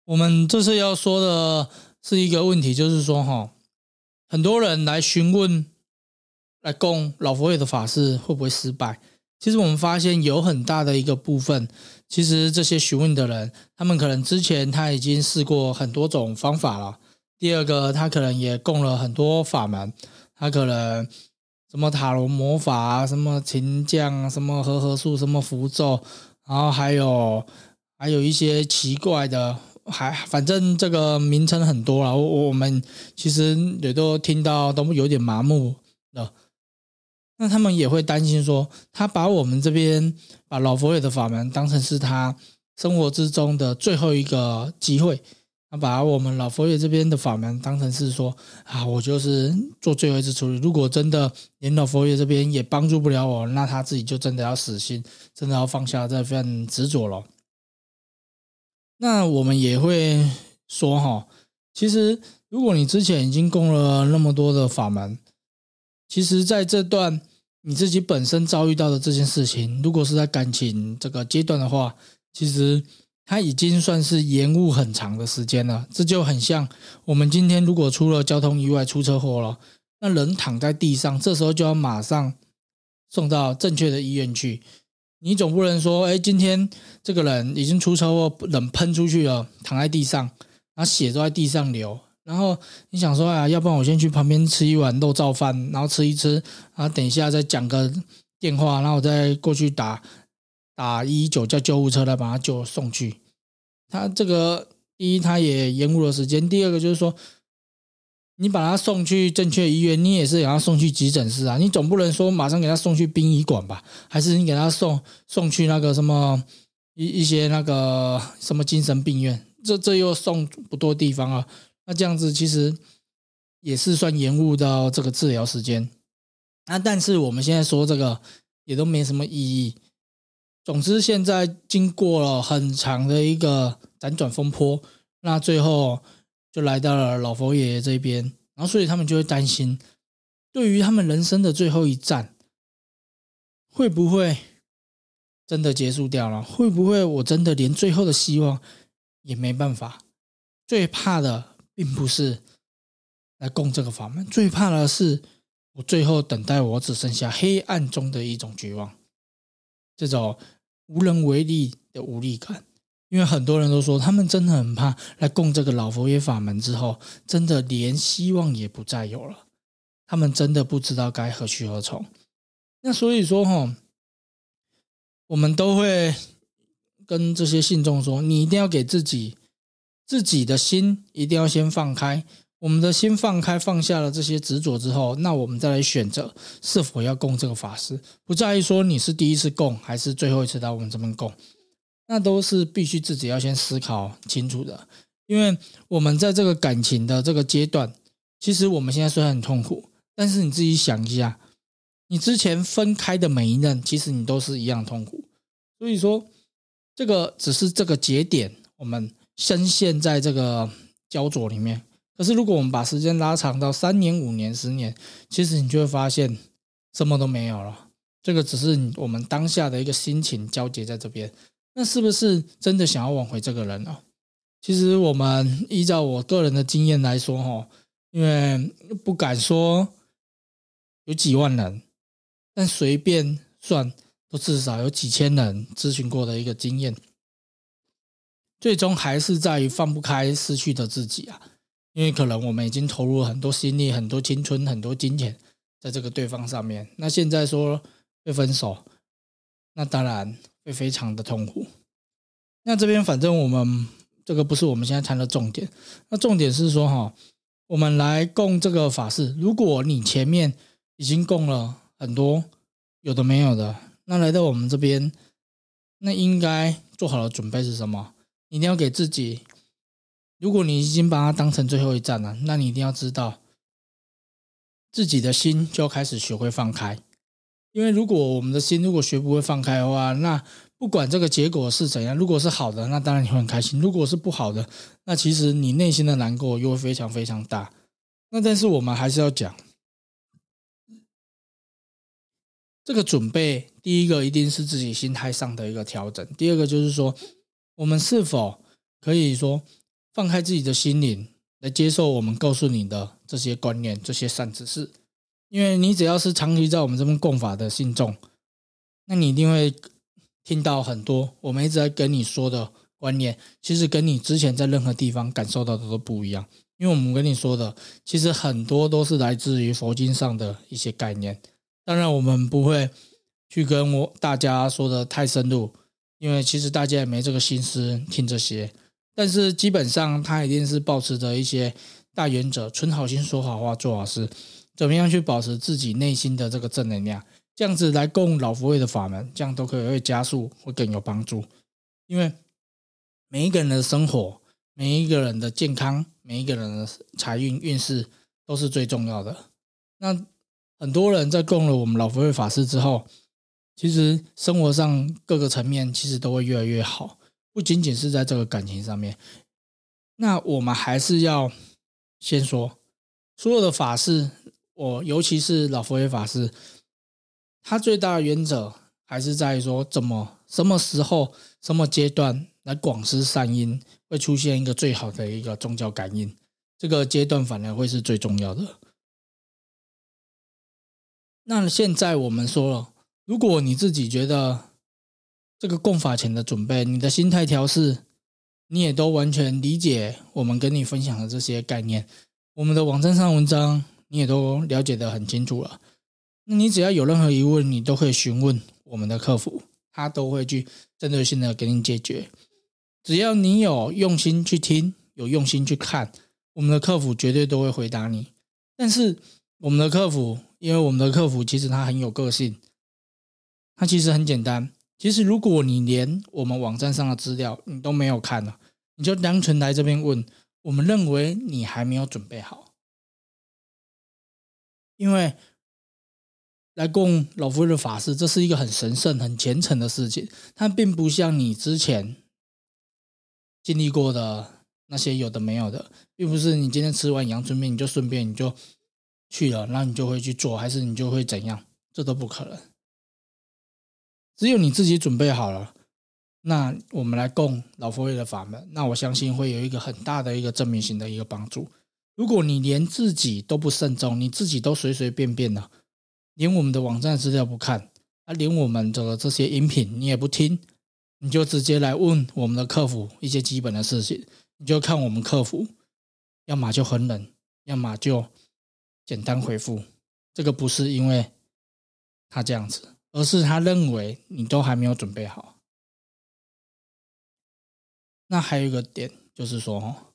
我们这次要说的是一个问题，就是说很多人来询问来供老佛爷的法事会不会失败。其实我们发现有很大的一个部分，其实这些询问的人，他们可能之前他已经试过很多种方法了。第二个，他可能也供了很多法门，他可能什么塔罗魔法啊，什么琴匠啊，什么和术，什么符咒，然后还有一些奇怪的，反正这个名称很多了，我们其实也都听到，都有点麻木了。那他们也会担心说，他把我们这边把老佛爷的法门当成是他生活之中的最后一个机会，他把我们老佛爷这边的法门当成是说我就是做最后一次处理，如果真的连老佛爷这边也帮助不了我，那他自己就真的要死心，真的要放下这份执着了。那我们也会说其实如果你之前已经供了那么多的法门，其实在这段你自己本身遭遇到的这件事情，如果是在感情这个阶段的话，其实它已经算是延误很长的时间了。这就很像我们今天如果出了交通意外出车祸了，那人躺在地上，这时候就要马上送到正确的医院去。你总不能说今天这个人已经出车祸，人喷出去了，躺在地上，然后血都在地上流，然后你想说要不然我先去旁边吃一碗肉燥饭，然后吃一吃，然后等一下再讲个电话，然后我再过去打119叫救护车来把他送去。他这个第一他也延误了时间，第二个就是说你把他送去正确医院，你也是给他送去急诊室啊，你总不能说马上给他送去殡仪馆吧？还是你给他送去那个什么一些那个什么精神病院？这又送不多地方啊。那这样子其实也是算延误到这个治疗时间。但是我们现在说这个也都没什么意义。总之现在经过了很长的一个辗转风波，那最后就来到了老佛爷这边，然后所以他们就会担心，对于他们人生的最后一站，会不会真的结束掉了？会不会我真的连最后的希望也没办法？最怕的并不是来供这个法门，最怕的是我最后等待我只剩下黑暗中的一种绝望，这种无能为力的无力感。因为很多人都说他们真的很怕来供这个老佛爷法门之后，真的连希望也不再有了，他们真的不知道该何去何从。那所以说我们都会跟这些信众说，你一定要给自己的心一定要先放开，我们的心放开，放下了这些执着之后，那我们再来选择是否要供这个法师，不在意说你是第一次供还是最后一次到我们这边供，那都是必须自己要先思考清楚的。因为我们在这个感情的这个阶段，其实我们现在虽然很痛苦，但是你自己想一下，你之前分开的每一任，其实你都是一样痛苦。所以说这个只是这个节点我们深陷在这个焦灼里面，可是如果我们把时间拉长到3年5年10年，其实你就会发现什么都没有了。这个只是我们当下的一个心情交结在这边，那是不是真的想要挽回这个人呢？其实我们依照我个人的经验来说因为不敢说有几万人，但随便算都至少有几千人咨询过的一个经验，最终还是在于放不开失去的自己啊。因为可能我们已经投入了很多心力、很多青春、很多金钱在这个对方上面，那现在说会分手，那当然会非常的痛苦。那这边反正我们这个不是我们现在谈的重点，那重点是说我们来供这个法事，如果你前面已经供了很多有的没有的，那来到我们这边，那应该做好的准备是什么？你一定要给自己，如果你已经把它当成最后一站了，那你一定要知道自己的心就要开始学会放开。因为如果我们的心如果学不会放开的话，那不管这个结果是怎样，如果是好的，那当然你会很开心，如果是不好的，那其实你内心的难过又会非常非常大。那但是我们还是要讲这个准备，第一个一定是自己心态上的一个调整，第二个就是说我们是否可以说放开自己的心灵来接受我们告诉你的这些观念，这些善知识。因为你只要是长期在我们这边共法的信众，那你一定会听到很多我们一直在跟你说的观念，其实跟你之前在任何地方感受到的都不一样。因为我们跟你说的其实很多都是来自于佛经上的一些概念，当然我们不会去跟大家说的太深入，因为其实大家也没这个心思听这些，但是基本上他一定是抱持着一些大原则，存好心，说好话，做好事，怎么样去保持自己内心的这个正能量，这样子来供老佛爷的法门，这样都可以会加速，会更有帮助。因为每一个人的生活，每一个人的健康，每一个人的财运运势都是最重要的。那很多人在供了我们老佛爷法师之后，其实生活上各个层面其实都会越来越好，不仅仅是在这个感情上面。那我们还是要先说，所有的法事，尤其是老佛爷法师，他最大的原则还是在于说什么时候什么阶段来广施善因，会出现一个最好的一个宗教感应，这个阶段反而会是最重要的。那现在我们说了，如果你自己觉得这个供法前的准备，你的心态调试，你也都完全理解我们跟你分享的这些概念，我们的网站上文章你也都了解得很清楚了，那你只要有任何疑问，你都可以询问我们的客服，他都会去针对性的给你解决。只要你有用心去听，有用心去看，我们的客服绝对都会回答你。但是我们的客服，因为我们的客服其实他很有个性，他其实很简单。其实如果你连我们网站上的资料你都没有看了，你就单纯来这边问，我们认为你还没有准备好。因为来供老佛爷的法事，这是一个很神圣很虔诚的事情，它并不像你之前经历过的那些有的没有的，并不是你今天吃完阳春面你就顺便你就去了，然后你就会去做，还是你就会怎样，这都不可能。只有你自己准备好了，那我们来供老佛爷的法门，那我相信会有一个很大的一个正面性的一个帮助。如果你连自己都不慎重，你自己都随随便便的，连我们的网站资料不看，连我们的这些音频你也不听，你就直接来问我们的客服一些基本的事情，你就看我们客服要么就很冷，要么就简单回复。这个不是因为他这样子，而是他认为你都还没有准备好。那还有一个点就是说，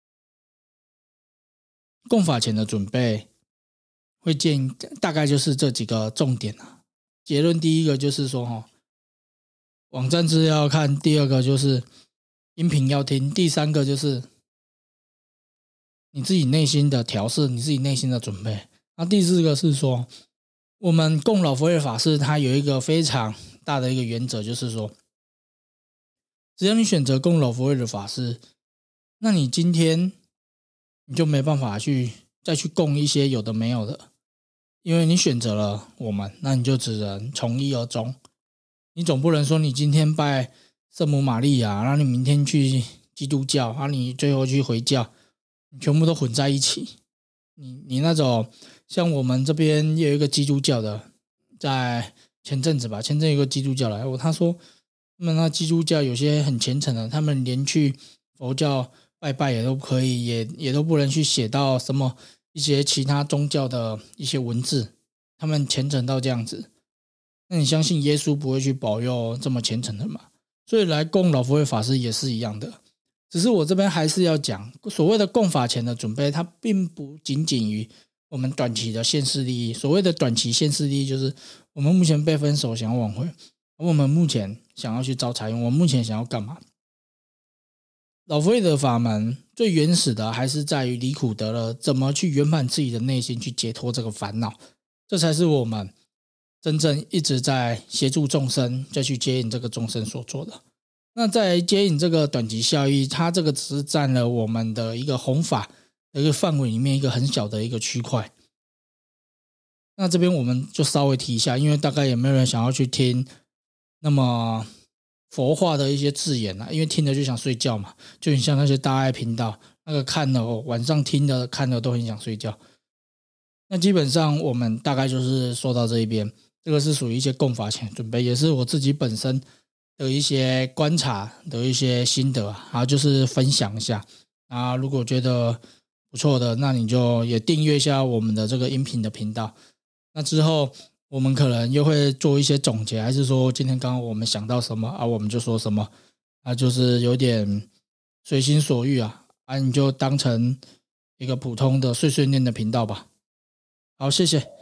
供法前的准备会建议大概就是这几个重点啊。结论第一个就是说，网站资料要看，第二个就是音频要听，第三个就是你自己内心的调试，你自己内心的准备。那第四个是说，我们供老佛爷法事它有一个非常大的一个原则，就是说只要你选择供老佛爷的法事，那你今天你就没办法再去供一些有的没有的，因为你选择了我们，那你就只能从一而终。你总不能说你今天拜圣母玛利亚，然后你明天去基督教，然后你最后去回教，你全部都混在一起。你那种像我们这边也有一个基督教的，在前阵子有个基督教来，他说他们那基督教有些很虔诚的，他们连去佛教拜拜也都不可以，也都不能去写到什么一些其他宗教的一些文字，他们虔诚到这样子。那你相信耶稣不会去保佑这么虔诚的吗？所以来供老佛爷法师也是一样的。只是我这边还是要讲，所谓的供法前的准备，它并不仅仅于我们短期的现世利益。所谓的短期现世利益，就是我们目前被分手想要挽回，我们目前想要去招财运，我们目前想要干嘛。老佛爷的法门最原始的还是在于离苦得乐，怎么去圆满自己的内心，去解脱这个烦恼，这才是我们真正一直在协助众生，再去接引这个众生所做的。那在接引这个短期效益，它这个只是占了我们的一个弘法的一个范围里面一个很小的一个区块。那这边我们就稍微提一下，因为大概也没有人想要去听那么佛化的一些字眼因为听了就想睡觉嘛，就很像那些大爱频道那个看了晚上听了看了都很想睡觉。那基本上我们大概就是说到这一边，这个是属于一些共法前准备，也是我自己本身的一些观察的一些心得然后就是分享一下。如果觉得不错的，那你就也订阅一下我们的这个音频的频道。那之后我们可能又会做一些总结，还是说今天刚刚我们想到什么我们就说什么就是有点随心所欲你就当成一个普通的碎碎念的频道吧。好，谢谢。